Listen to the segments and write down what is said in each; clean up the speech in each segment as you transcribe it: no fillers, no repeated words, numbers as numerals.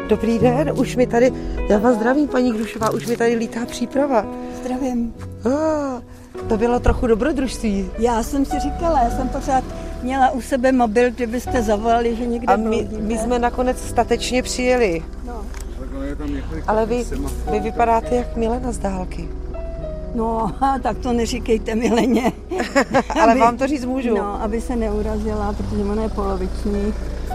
Dobrý den, já vás zdravím, paní Grušová, už mi tady lítá příprava. Zdravím. To bylo trochu dobrodružství. Já jsem si říkala, já jsem pořád měla u sebe mobil, kdybyste zavolali, že někde a my jsme nakonec statečně přijeli. No. Ale vy vypadáte jak Milena z dálky. No, tak to neříkejte Mileně. Ale vám to říct můžu. No, aby se neurazila, protože ona je poloviční.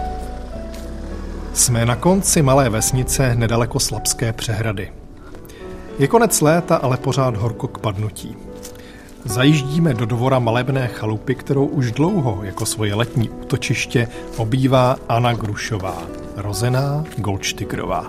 Jsme na konci malé vesnice nedaleko Slabské přehrady. Je konec léta, ale pořád horko k padnutí. Zajíždíme do dvora malebné chalupy, kterou už dlouho jako svoje letní útočiště obývá Anna Grušová, rozená Goldstückerová.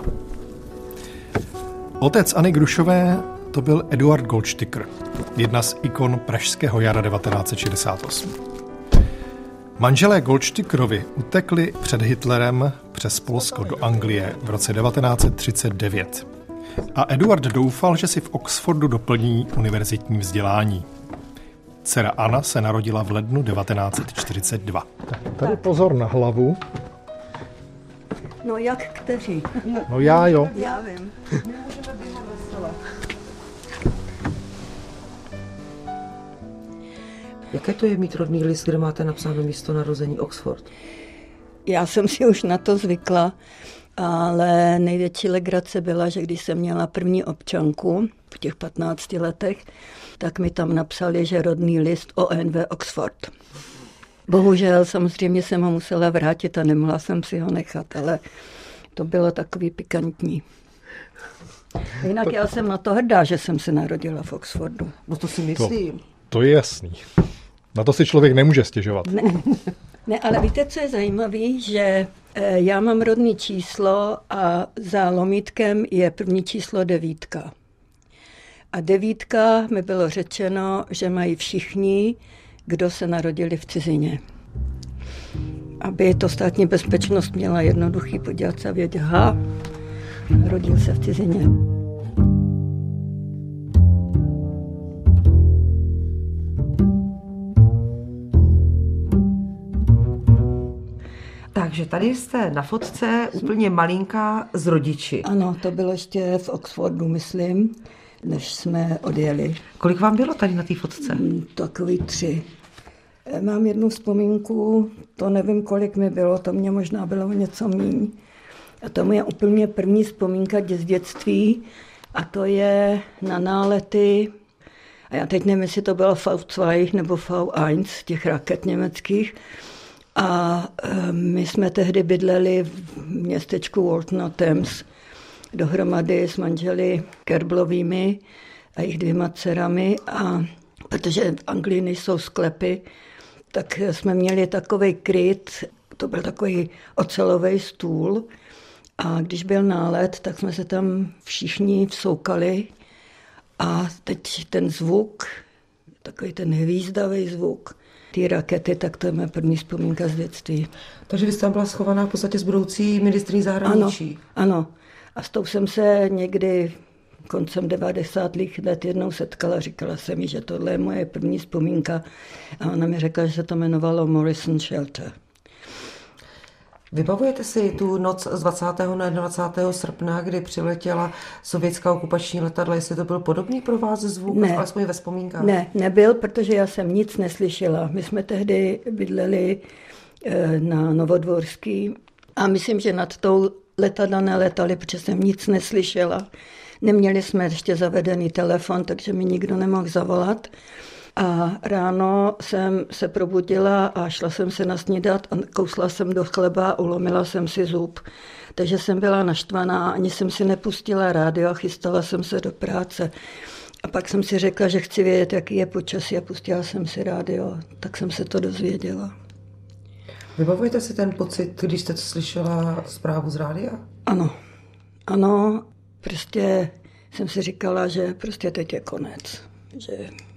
Otec Anny Grušové to byl Eduard Goldstücker, jedna z ikon pražského jara 1968. Manželé Goldstückerovi utekli před Hitlerem přes Polsko do Anglie v roce 1939. A Eduard doufal, že si v Oxfordu doplní univerzitní vzdělání. Dcera Anna se narodila v lednu 1942. Tady pozor na hlavu. No jak kteří? No já jo. Já vím. Jaké to je mít rodný list, kde máte napsáno místo narození Oxford? Já jsem si už na to zvykla, ale největší legrace byla, že když jsem měla první občanku v těch 15 letech, tak mi tam napsali, že rodný list ONV Oxford. Bohužel samozřejmě jsem ho musela vrátit a nemohla jsem si ho nechat, ale to bylo takový pikantní. Jinak já jsem na to hrdá, že jsem se narodila v Oxfordu. No to si myslím. To je jasný. Na to si člověk nemůže stěžovat. Ne, ale víte, co je zajímavé, že já mám rodné číslo a za lomítkem je první číslo 9. A 9 mi bylo řečeno, že mají všichni, kdo se narodili v cizině. Aby to státní bezpečnost měla jednoduchý podívat se a vědět, narodil se v cizině. Takže tady jste na fotce úplně malinká z rodiči. Ano, to bylo ještě v Oxfordu, myslím, než jsme odjeli. Kolik vám bylo tady na té fotce? Takový 3. Mám jednu vzpomínku, to nevím, kolik mi bylo, to mě možná bylo něco míň. A to je úplně první vzpomínka z dětství a to je na nálety, a já teď nevím, jestli to bylo V2 nebo V1, těch raket německých. A my jsme tehdy bydleli v městečku Walton-on-Thames dohromady s manželi Kerblovými a jejich 2 dcerami. A protože v Anglii nejsou sklepy, tak jsme měli takovej kryt, to byl takový ocelový stůl. A když byl nálet, tak jsme se tam všichni vsoukali. A teď ten zvuk, takový ten hvízdavý zvuk, ty rakety, tak to je moje první vzpomínka z dětství. Takže vy jste tam byla schovaná v podstatě s budoucí ministryní zahraničí. Ano. A s tou jsem se někdy koncem 90. let jednou setkala. Říkala jsem jí, že tohle je moje první vzpomínka. A ona mi řekla, že se to jmenovalo Morrison Shelter. Vybavujete si tu noc z 20. na 21. srpna, kdy přiletěla sovětská okupační letadla, jestli to byl podobný pro vás zvuk, ne, alespoň ve vzpomínkách? Ne, nebyl, protože já jsem nic neslyšela. My jsme tehdy bydleli na Novodvorský a myslím, že nad tou letadla neletali, protože jsem nic neslyšela. Neměli jsme ještě zavedený telefon, takže mi nikdo nemohl zavolat. A ráno jsem se probudila a šla jsem se nasnídat a kousla jsem do chleba a ulomila jsem si zub. Takže jsem byla naštvaná, ani jsem si nepustila rádio a chystala jsem se do práce. A pak jsem si řekla, že chci vědět, jaký je počasí a pustila jsem si rádio, tak jsem se to dozvěděla. Vybavujete si ten pocit, když jste slyšela zprávu z rádia? Ano, prostě jsem si říkala, že prostě teď je konec, že...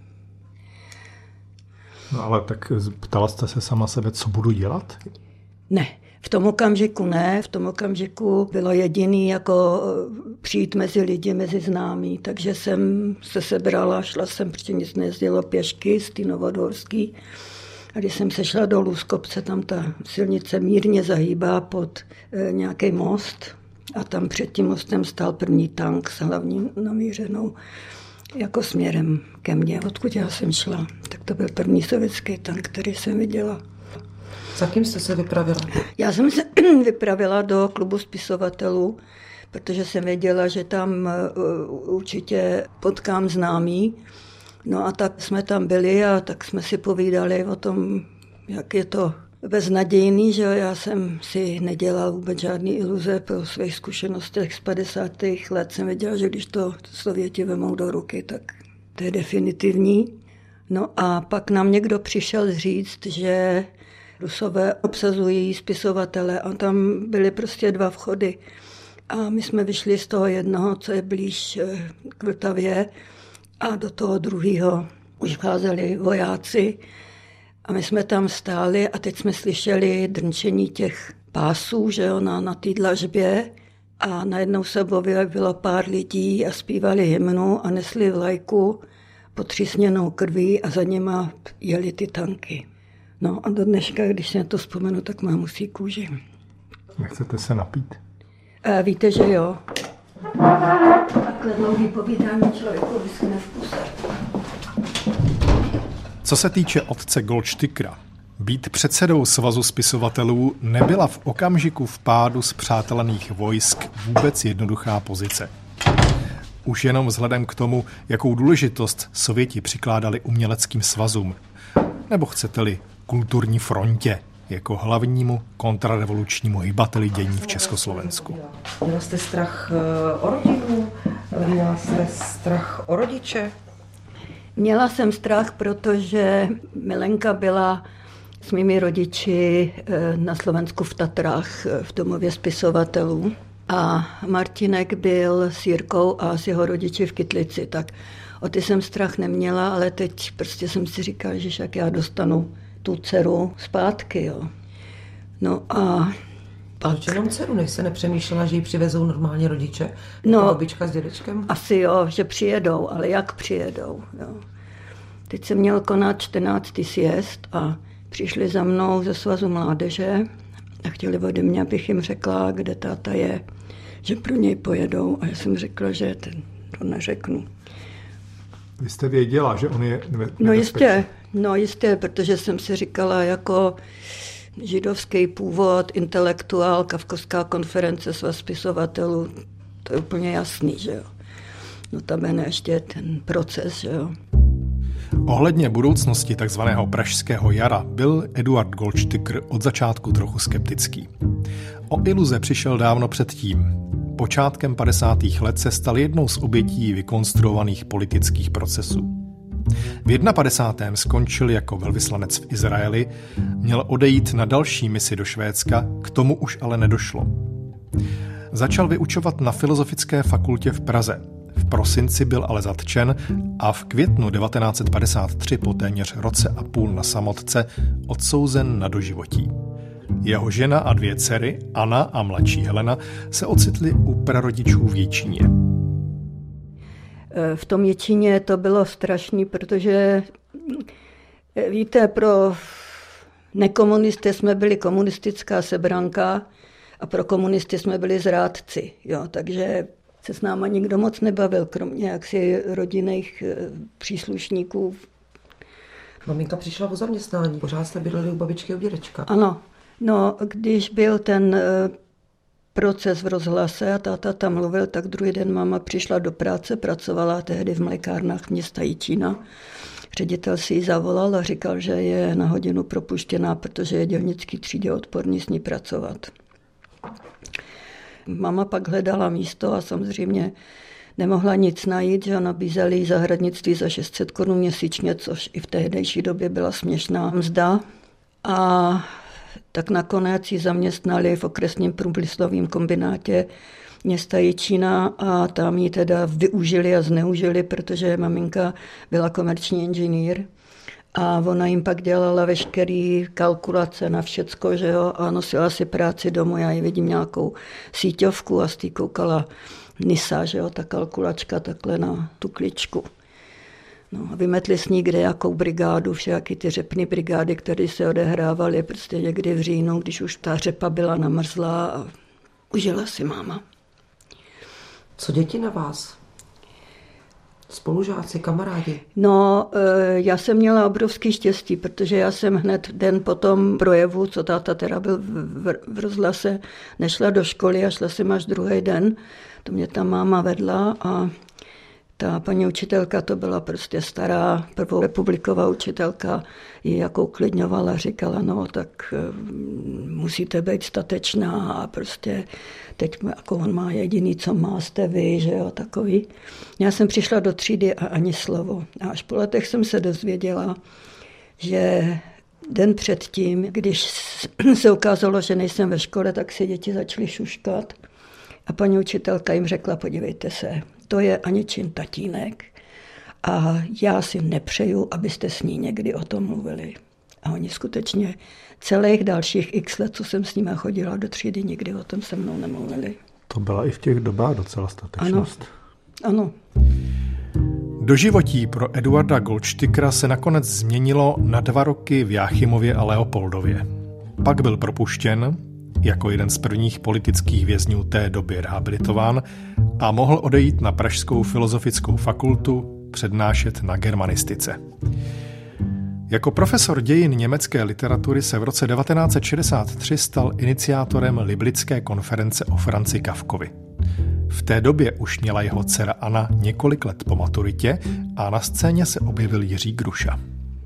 No ale tak ptala jste se sama sebe, co budu dělat? Ne, v tom okamžiku ne, v tom okamžiku bylo jediný jako přijít mezi lidi, mezi známí, takže jsem se sebrala, šla jsem, protože nic nejezdilo pěšky z té Novodvorský. A když jsem sešla dolů z kopce, tam ta silnice mírně zahýbá pod nějaký most, a tam před tím mostem stál první tank s hlavní namířenou jako směrem ke mně, odkud já jsem šla. Tak to byl první sovětský tank, který jsem viděla. Za kým jste se vypravila? Já jsem se vypravila do klubu spisovatelů, protože jsem věděla, že tam určitě potkám známý. No a tak jsme tam byli a tak jsme si povídali o tom, jak je to beznadějný, že já jsem si nedělala vůbec žádný iluze po svých zkušenostech z 50. let. Jsem věděla, že když to Sověti vemou do ruky, tak to je definitivní. No a pak nám někdo přišel říct, že Rusové obsazují spisovatele a tam byly prostě 2 vchody. A my jsme vyšli z toho jednoho, co je blíž k Vltavě, a do toho druhého už vcházeli vojáci. A my jsme tam stáli a teď jsme slyšeli drnčení těch pásů, že jo, na té dlažbě. A najednou se objevilo pár lidí a zpívali hymnu a nesli vlajku potřísněnou krví a za nima jeli ty tanky. No a do dneška, když si na to vzpomenu, tak mám husí kůži. Nechcete se napít? Víte, že jo. Takhle dlouhý povídání člověku vyschne v puse. Co se týče otce Goldstickera, být předsedou Svazu spisovatelů nebyla v okamžiku vpádu spřátelených vojsk vůbec jednoduchá pozice. Už jenom vzhledem k tomu, jakou důležitost Sověti přikládali uměleckým svazům, nebo chcete-li kulturní frontě, jako hlavnímu kontrarevolučnímu hybateli dění v Československu. Měla jste strach o rodinu? Měla jste strach o rodiče? Měla jsem strach, protože Milenka byla s mými rodiči na Slovensku v Tatrách v domově spisovatelů a Martinek byl s Jirkou a s jeho rodiči v Kytlici, tak o ty jsem strach neměla, ale teď prostě jsem si říkala, že jak já dostanu tu dceru zpátky, jo. No a pak... Proč jenom dceru, než se nepřemýšlela, že ji přivezou normálně rodiče? No, babička s dědečkem? Asi jo, že přijedou, ale jak přijedou, jo. Teď jsem měl konat 14. sjezd a přišli za mnou ze Svazu mládeže a chtěli ode mě, abych jim řekla, kde táta je, že pro něj pojedou a já jsem řekla, že to neřeknu. Vy jste věděla, že on je No jistě, protože jsem si říkala jako židovský původ, intelektuál, Kafkovská konference, Svaz spisovatelů, to je úplně jasný, že jo. Notabene ještě ten proces, že jo. Ohledně budoucnosti takzvaného Pražského jara byl Eduard Goldsticker od začátku trochu skeptický. O iluze přišel dávno předtím. Počátkem 50. let se stal jednou z obětí vykonstruovaných politických procesů. V 51. skončil jako velvyslanec v Izraeli, měl odejít na další misi do Švédska, k tomu už ale nedošlo. Začal vyučovat na Filozofické fakultě v Praze. V prosinci byl ale zatčen a v květnu 1953 po téměř roce a půl na samotce odsouzen na doživotí. Jeho žena a 2 dcery, Anna a mladší Helena, se ocitly u prarodičů v Jičíně. V tom Jičíně to bylo strašný, protože víte, pro nekomunisty jsme byli komunistická sebranka a pro komunisty jsme byli zrádci. Jo, takže se s náma nikdo moc nebavil, kromě jaksi rodinných příslušníků. Maminka přišla o zaměstnání, pořád jste bydleli u babičky u dědečka. Ano, no když byl ten proces v rozhlase a táta tam mluvil, tak druhý den máma přišla do práce, pracovala tehdy v mlékárnách města Jičína. Ředitel si ji zavolal a říkal, že je na hodinu propuštěná, protože je dělnický třídě odporný s ní pracovat. Mama pak hledala místo a samozřejmě nemohla nic najít, že nabízeli zahradnictví za 600 korun měsíčně, což i v tehdejší době byla směšná mzda. A tak nakonec ji zaměstnali v okresním průmyslovém kombinátě města Jičína a tam ji teda využili a zneužili, protože maminka byla komerční inženýr a ona jim pak dělala veškerý kalkulace na všecko, že jo, a nosila si práci domů. Já ji vidím nějakou síťovku a z té koukala NISA, že jo, ta kalkulačka takhle na tu kličku. No a vymetli s ní kde jakou brigádu, všaky ty řepny brigády, které se odehrávaly prostě někdy v říjnu, když už ta řepa byla namrzlá a užila si máma. Co děti na vás? Spolužáci, kamarádi? No, já jsem měla obrovský štěstí, protože já jsem hned den po tom projevu, co táta teda byl v rozhlase, nešla do školy a šla jsem až druhý den. To mě ta máma vedla a ta paní učitelka to byla prostě stará prvorepubliková učitelka, ji jako uklidňovala, říkala, no tak musíte být statečná a prostě teď jako on má jediný, co má, jste vy, že jo, takový. Já jsem přišla do třídy a ani slovo. A až po letech jsem se dozvěděla, že den předtím, když se ukázalo, že nejsem ve škole, tak si děti začaly šuškat a paní učitelka jim řekla, podívejte se, to je Aničin tatínek a já si nepřeju, abyste s ní někdy o tom mluvili. A oni skutečně celých dalších x let, co jsem s nimi chodila do třídy, nikdy o tom se mnou nemluvili. To byla i v těch dobách docela statečnost. Ano. Doživotí pro Eduarda Goldstickera se nakonec změnilo na 2 roky v Jáchymově a Leopoldově. Pak byl propuštěn, jako jeden z prvních politických vězňů té doby rehabilitován a mohl odejít na Pražskou filozofickou fakultu přednášet na germanistice. Jako profesor dějin německé literatury se v roce 1963 stal iniciátorem Liblické konference o Franzi Kafkovi. V té době už měla jeho dcera Anna několik let po maturitě a na scéně se objevil Jiří Gruša.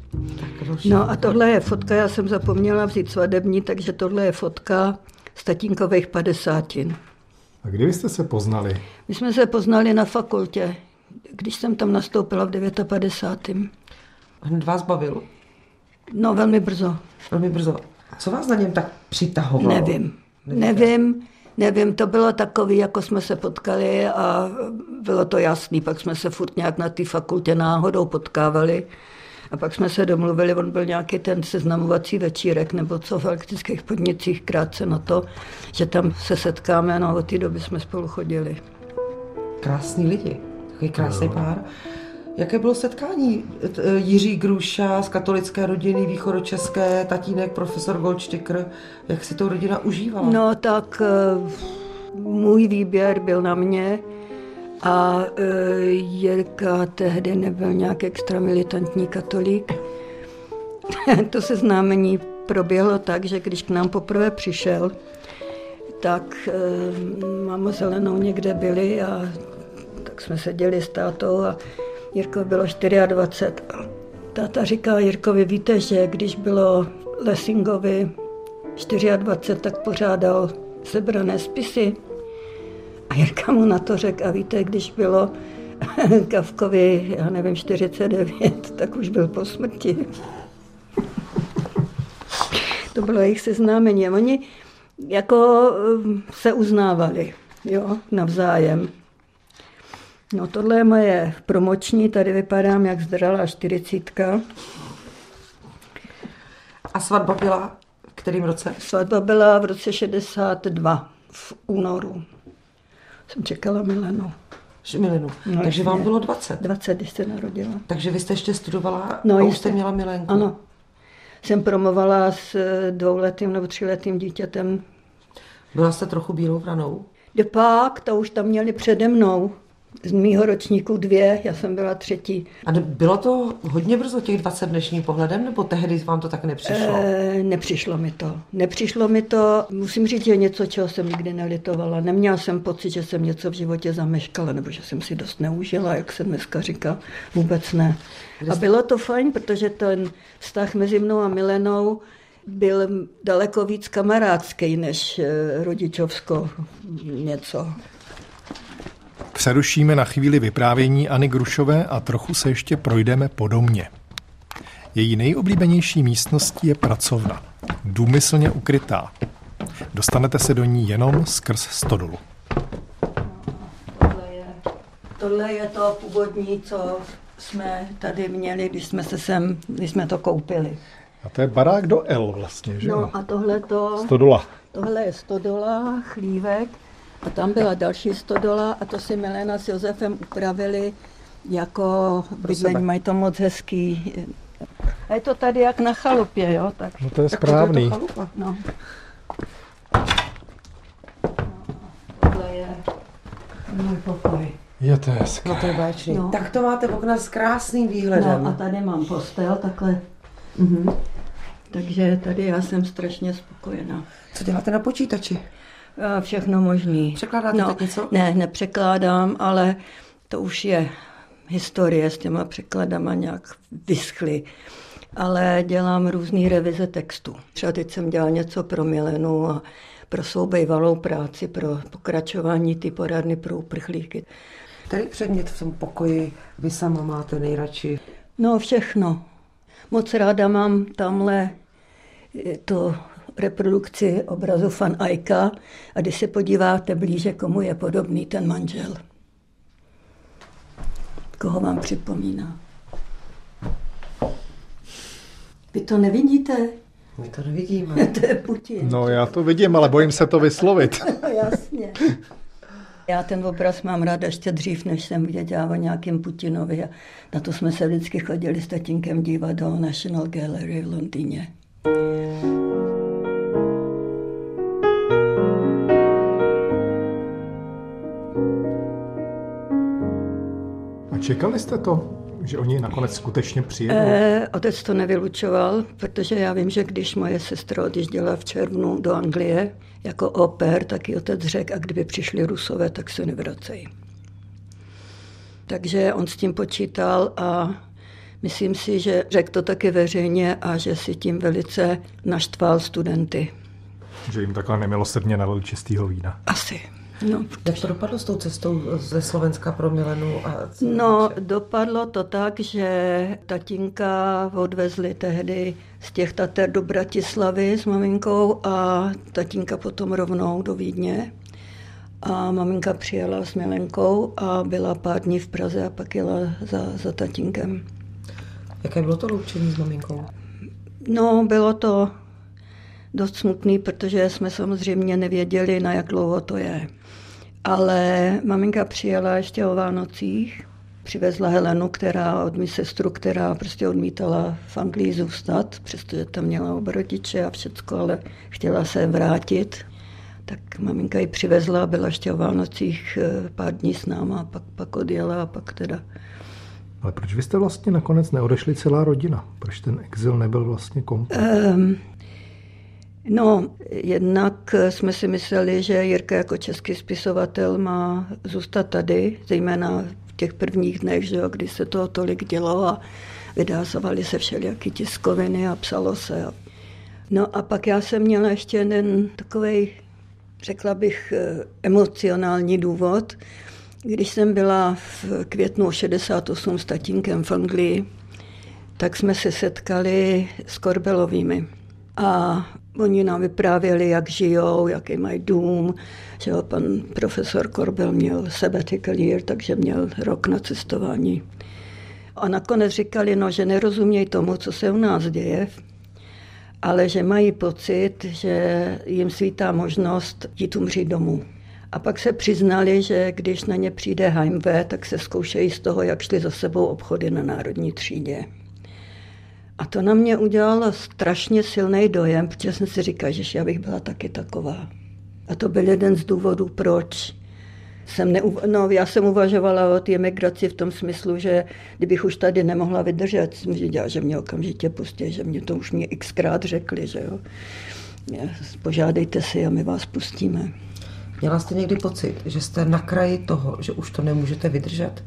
No a tohle je fotka, já jsem zapomněla vzít svatební, takže tohle je fotka z tatínkových 50. A kdy jste se poznali? My jsme se poznali na fakultě, když jsem tam nastoupila v 59. Hned vás bavil? No velmi brzo. Velmi brzo. Co vás na něm tak přitahovalo? Nevím, to bylo takový, jako jsme se potkali a bylo to jasný, pak jsme se furt nějak na té fakultě náhodou potkávali a pak jsme se domluvili, on byl nějaký ten seznamovací večírek nebo co v elektrických podnicích krátce na to, že tam se setkáme, no od té doby jsme spolu chodili. Krásný lidi, takový krásný pár. Jaké bylo setkání Jiří Gruša z katolické rodiny východočeské, tatínek profesor Goldsticker, jak si to rodina užívala? No tak můj výběr byl na mě a Jirka tehdy nebyl nějak extra militantní katolík. To seznámení proběhlo tak, že když k nám poprvé přišel, tak máma s Helenou někde byli a tak jsme seděli s tátou a Jirko bylo 24. Táta říká Jirkovi, víte, že když bylo Lessingovi 24, tak pořádal sebrané spisy. A Jirka mu na to řekl, a víte, když bylo Kafkovi, já nevím, 49, tak už byl po smrti. To bylo jejich seznámení. Oni jako se uznávali, jo, navzájem. No tohle je moje promoční, tady vypadám jak zdralá 40. A svatba byla v kterém roce? Svatba byla v roce 62 v únoru. Jsem čekala Milenu. Milenu. No, takže vám bylo 20. 20, když se narodila. Takže vy jste ještě studovala No, a už jste měla milenku. Ano. Jsem promovala s 2letým nebo 3letým dítětem. Byla jste trochu bílou vranou? Pak, to už tam měli přede mnou. Z mýho ročníku 2, já jsem byla 3. A bylo to hodně brzo těch 20 dnešním pohledem, nebo tehdy vám to tak nepřišlo? Nepřišlo mi to. Musím říct, že něco, čeho jsem nikdy nelitovala. Neměla jsem pocit, že jsem něco v životě zameškala, nebo že jsem si dost neužila, jak se dneska říká. Vůbec ne. A bylo to fajn, protože ten vztah mezi mnou a Milenou byl daleko víc kamarádský, než rodičovsko něco. Přerušíme na chvíli vyprávění Anny Grušové a trochu se ještě projdeme po domě. Její nejoblíbenější místností je pracovna, důmyslně ukrytá. Dostanete se do ní jenom skrz stodolu. Tohle je to původní, co jsme tady měli, když jsme to koupili. A to je barák do L vlastně, že? No a Stodola. Tohle je stodola, chlívek. A tam byla další stodola a to si Milena s Josefem upravili jako bydlení, mají to moc hezký. A je to tady jak na chalupě, jo? Tak. No to je správný. No. Tohle je Můj pokoj. Je to hezké. No to je báječný. No. Tak to máte okna s krásným výhledem. No a tady mám postel, takhle. Takže tady já jsem strašně spokojená. Co děláte na počítači? Všechno možný. Překládáte teď něco? Ne, nepřekládám, ale to už je historie, s těma překladama nějak vyschly. Ale dělám různý revize textu. Třeba teď jsem dělala něco pro Milenu a pro svou bývalou práci, pro pokračování ty poradny pro uprchlíky. Který předmět v tom pokoji vy sama máte nejradši? No všechno. Moc ráda mám tamhle tu reprodukci obrazu Van Eycka a když se podíváte blíže, komu je podobný ten manžel. Koho vám připomíná? Vy to nevidíte? My to nevidíme. To je Putin. No já to vidím, ale bojím se to vyslovit. Jasně. Já ten obraz mám ráda ještě dřív, než jsem věděla o nějakém Putinovi. A na to jsme se vždycky chodili s tatínkem dívat do National Gallery v Londýně. A čekali jste to, že oni nakonec skutečně přijedou? Otec to nevylučoval, protože já vím, že když moje sestra odjížděla v červnu do Anglie jako au pair, tak ji otec řekl, a kdyby přišli Rusové, tak se nevracejí. Takže on s tím počítal a myslím si, že řekl to taky veřejně a že si tím velice naštval studenty. Že jim takhle nemilosrdně nalil čistýho vína. Asi. No, Jak to dopadlo s tou cestou ze Slovenska pro Milenu? No, dopadlo to tak, že tatínka odvezli tehdy z těch Tater do Bratislavy s maminkou a tatínka potom rovnou do Vídně. A maminka přijela s Milenkou a byla pár dní v Praze a pak jela za tatínkem. Jaké bylo to loučení s maminkou? No, bylo to dost smutný, protože jsme samozřejmě nevěděli, na jak dlouho to je. Ale maminka přijela ještě o Vánocích, přivezla Helenu, od mý sestru, která prostě odmítala v Anglii zůstat, přestože tam měla oba rodiče a všecko, ale chtěla se vrátit. Tak maminka ji přivezla, byla ještě o Vánocích pár dní s náma a pak odjela a pak teda. Ale proč vy jste vlastně nakonec neodešli celá rodina? Proč ten exil nebyl vlastně kompletní? No, jednak jsme si mysleli, že Jirka jako český spisovatel má zůstat tady, zejména v těch prvních dnech, že jo, kdy se toho tolik dělo a vydázovaly se všelijaké tiskoviny a psalo se. No a pak já jsem měla ještě jeden takovej, řekla bych, emocionální důvod. Když jsem byla v květnu 68 s tatínkem v Anglii, tak jsme se setkali s Korbelovými. A oni nám vyprávěli, jak žijou, jaký mají dům, že pan profesor Korbel měl sabbatical year, takže měl rok na cestování. A nakonec říkali, no, že nerozumějí tomu, co se u nás děje, ale že mají pocit, že jim svítá možnost jít umřít domů. A pak se přiznali, že když na ně přijde Heimweh, tak se zkoušejí z toho, jak šli za sebou obchody na Národní třídě. A to na mě udělalo strašně silný dojem, protože jsem si říkala, že já bych byla taky taková. A to byl jeden z důvodů, proč já jsem uvažovala o té emigraci v tom smyslu, že kdybych už tady nemohla vydržet, jsem věděla, že mě okamžitě pustí, že mě to už mě xkrát řekli, že jo. Požádejte si a my vás pustíme. Měla jste někdy pocit, že jste na kraji toho, že už to nemůžete vydržet?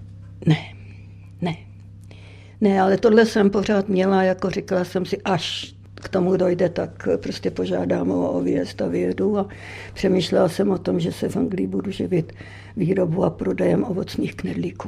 Ne, ale tohle jsem pořád měla, jako říkala jsem si, až k tomu dojde, tak prostě požádám o výjezd a vyjedu a přemýšlela jsem o tom, že se v Anglii budu živit výrobu a prodejem ovocných knedlíků.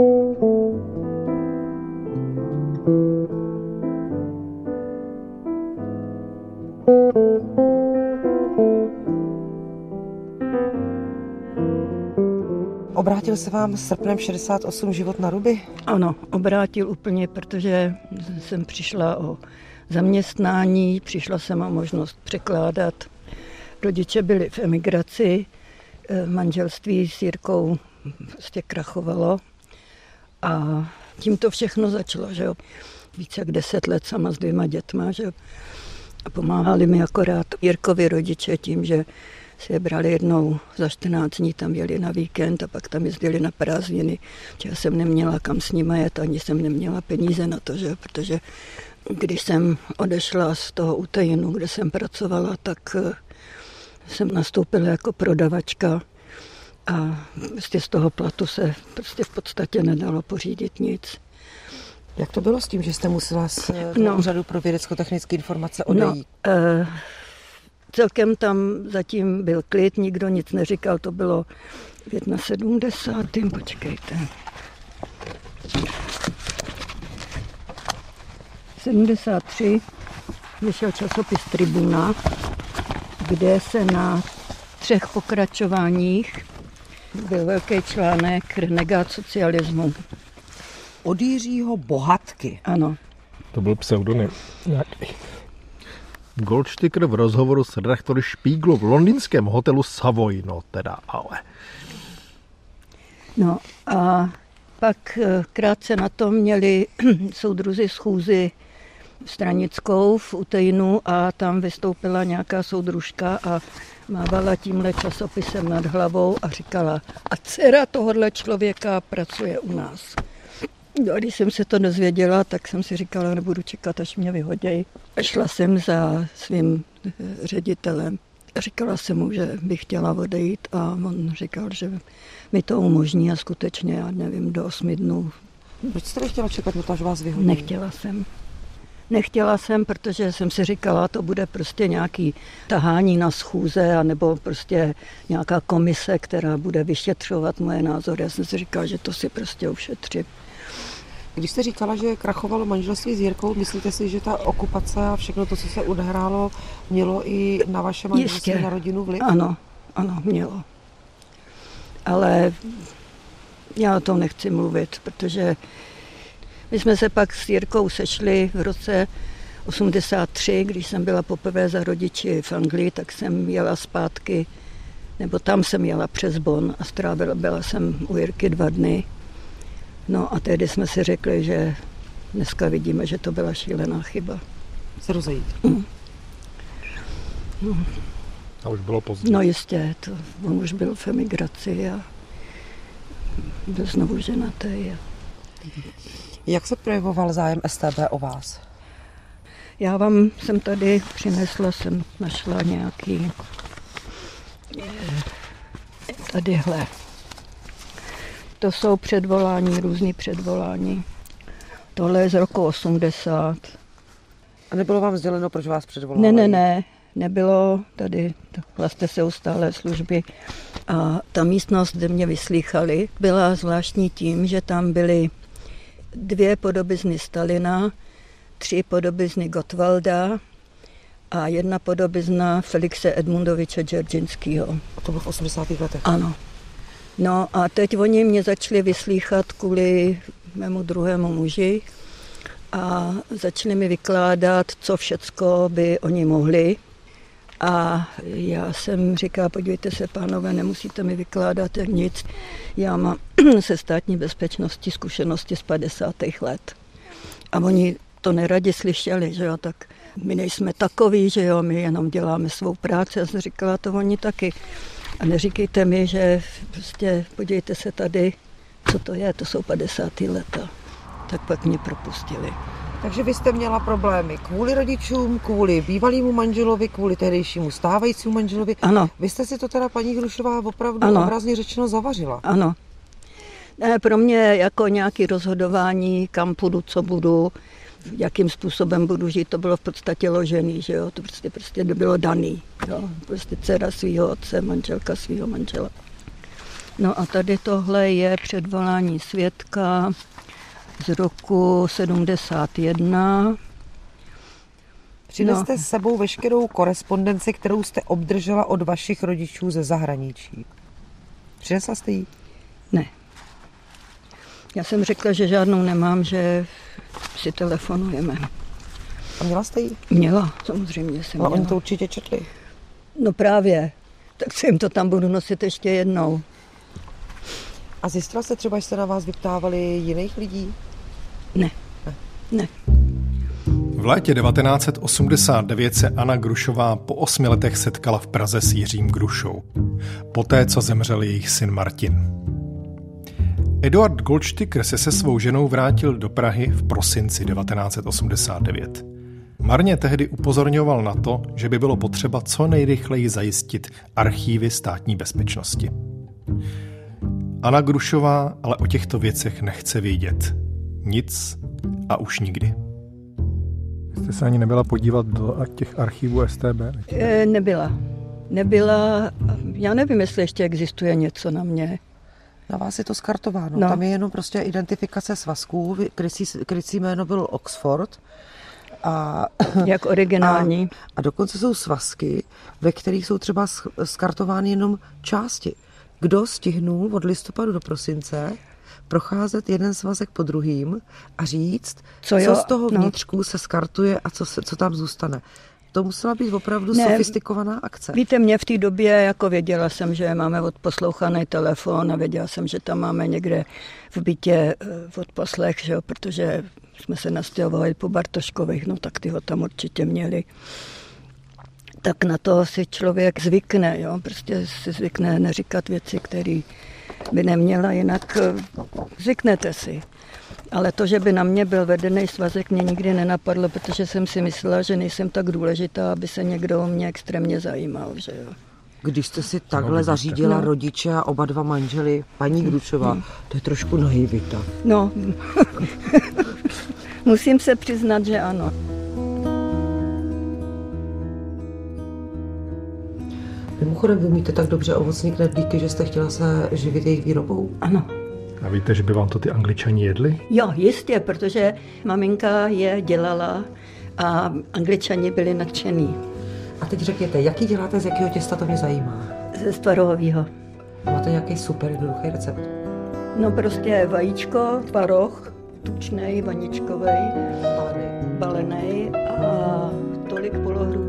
Obrátil se vám srpnem 68 život na ruby? Ano, obrátil úplně, protože jsem přišla o zaměstnání, přišla jsem o možnost překládat. Rodiče byli v emigraci, manželství s Jirkou prostě krachovalo a tím to všechno začalo, že jo. Více jak 10 let sama s 2 dětma, že jo. A pomáhali mi akorát Jirkovi rodiče tím, že si je brali jednou za 14 dní, tam jeli na víkend a pak tam jezdili na prázdniny. Já jsem neměla kam s nimi jet, ani jsem neměla peníze na to, že? Protože když jsem odešla z toho UTINu, kde jsem pracovala, tak jsem nastoupila jako prodavačka a prostě z toho platu se prostě v podstatě nedalo pořídit nic. Jak to bylo s tím, že jste musela z úřadu pro vědecko-technické informace odejít? Celkem tam zatím byl klid, nikdo nic neříkal, to bylo v 71. Počkejte. 73 vyšel časopis Tribuna, kde se na 3 pokračováních byl velký článek Renegát socialismu. Od Jiřího Bohatky. Ano. To byl pseudonym nějaký. Goldsticker v rozhovoru s redaktory Špíglu v londýnském hotelu Savoy, no teda ale. No a pak krátce na to měli soudruzi schůzi stranickou v UTINu a tam vystoupila nějaká soudružka a mávala tímhle časopisem nad hlavou a říkala, a dcera tohohle člověka pracuje u nás. No a když jsem se to dozvěděla, tak jsem si říkala, nebudu čekat, až mě vyhodějí. A šla jsem za svým ředitelem. Říkala jsem mu, že bych chtěla odejít a on říkal, že mi to umožní a skutečně, já nevím, do 8 dnů. Proč jste nechtěla čekat, až vás vyhodí? Nechtěla jsem, protože jsem si říkala, to bude prostě nějaký tahání na schůze, anebo prostě nějaká komise, která bude vyšetřovat moje názory. Já jsem si říkala, že to si prostě ušetřím. Když jste říkala, že krachovalo manželství s Jirkou, myslíte si, že ta okupace a všechno to, co se odehrálo, mělo i na vaše manželství, na rodinu vliv? Ano, mělo. Ale já o tom nechci mluvit, protože my jsme se pak s Jirkou sešli v roce 83, když jsem byla poprvé za rodiči v Anglii, tak jsem jela zpátky, nebo tam jsem jela přes Bonn a byla jsem u Jirky 2 dny. No a tehdy jsme si řekli, že dneska vidíme, že to byla šílená chyba. Se rozejít. A už bylo pozdě. No jistě, on už byl v emigraci a byl znovu ženatý. Jak se projevoval zájem StB o vás? Já vám jsem tady přinesla, jsem našla nějaký tadyhle. To jsou předvolání, různý předvolání. Tohle je z roku 80. A nebylo vám sděleno, proč vás předvolali? Ne, nebylo. Tady hlaste se u stálé služby. A ta místnost, kde mě vyslýchali, byla zvláštní tím, že tam byly 2 podobizny Stalina, 3 podobizny Gottwalda a 1 podobizna Felixe Edmundoviče Dzeržinského. A to bylo v 80. letech? Ano. No a teď oni mě začali vyslýchat kvůli mému druhému muži a začali mi vykládat, co všecko by oni mohli. A já jsem říkala, podívejte se, pánové, nemusíte mi vykládat nic. Já mám se státní bezpečností zkušenosti z 50. let. A oni to neradi slyšeli, že jo, tak my nejsme takoví, že jo, my jenom děláme svou práci. Já jsem říkala, to oni taky. A neříkejte mi, že prostě podívejte se tady, co to je, to jsou 50. leta. Tak pak mě propustili. Takže vy jste měla problémy kvůli rodičům, kvůli bývalému manželovi, kvůli tehdejšímu stávajícímu manželovi. Ano. Vy jste si to teda, paní Hrušová, opravdu obrazně řečeno zavařila. Ano. Ne, pro mě jako nějaké rozhodování, kam půjdu, co budu, jakým způsobem budu žít, to bylo v podstatě ložený, že jo, to prostě bylo daný, jo, prostě dcera svýho otce, manželka svýho manžela. No a tady tohle je předvolání svědka z roku 71. Přineste s sebou veškerou korespondenci, kterou jste obdržela od vašich rodičů ze zahraničí. Přinesla jste ji? Ne. Já jsem řekla, že žádnou nemám, že si telefonujeme. A měla jste ji? Měla, samozřejmě jsem měla. A oni to určitě četli. No právě, tak si jim to tam budu nosit ještě jednou. A zjistila jste třeba, že se na vás vyptávali jiných lidí? Ne. V V létě 1989 se Anna Grušová po 8 letech setkala v Praze s Jiřím Grušou, poté co zemřel jejich syn Martin. Eduard Goldsticker se svou ženou vrátil do Prahy v prosinci 1989. Marně tehdy upozorňoval na to, že by bylo potřeba co nejrychleji zajistit archívy Státní bezpečnosti. Anna Grušová ale o těchto věcech nechce vědět. Nic a už nikdy. Jste se ani nebyla podívat do těch archívů StB? Nebyla. Já nevím, jestli ještě existuje něco na mě. Na vás je to skartováno. No. Tam je jenom prostě identifikace svazků. Krycí jméno byl Oxford. Jak originální. A dokonce jsou svazky, ve kterých jsou třeba skartovány jenom části. Kdo stihnul od listopadu do prosince procházet jeden svazek po druhým a říct, co z toho vnitřku se skartuje a co tam zůstane. To musela být opravdu sofistikovaná akce. Víte, mě v té době, jako věděla jsem, že máme odposlouchaný telefon a věděla jsem, že tam máme někde v bytě odposlech, že jo, protože jsme se nastěhovali po Bartoškových, no tak ty ho tam určitě měli. Tak na to si člověk zvykne, jo, prostě si zvykne neříkat věci, které by neměla, jinak zvyknete si. Ale to, že by na mě byl vedený svazek, mě nikdy nenapadlo, protože jsem si myslela, že nejsem tak důležitá, aby se někdo o mě extrémně zajímal, že jo. Když jste si takhle zařídila rodiče a oba dva manželi, paní Grušová, to je trošku naivita. No, musím se přiznat, že ano. Mimochodem, vy umíte tak dobře ovocní knedlíky, že jste chtěla se živit jejich výrobou? Ano. A víte, že by vám to ty Angličani jedli? Jo, jistě, protože maminka je dělala a Angličani byli nadšení. A teď řekněte, jaký děláte, z jakého těsta, to mě zajímá? Ze tvarohového. Máte nějaký super jednoduchý recept? No prostě vajíčko, tvaroh, tučnej, vaničkovej, balenej a tolik polohru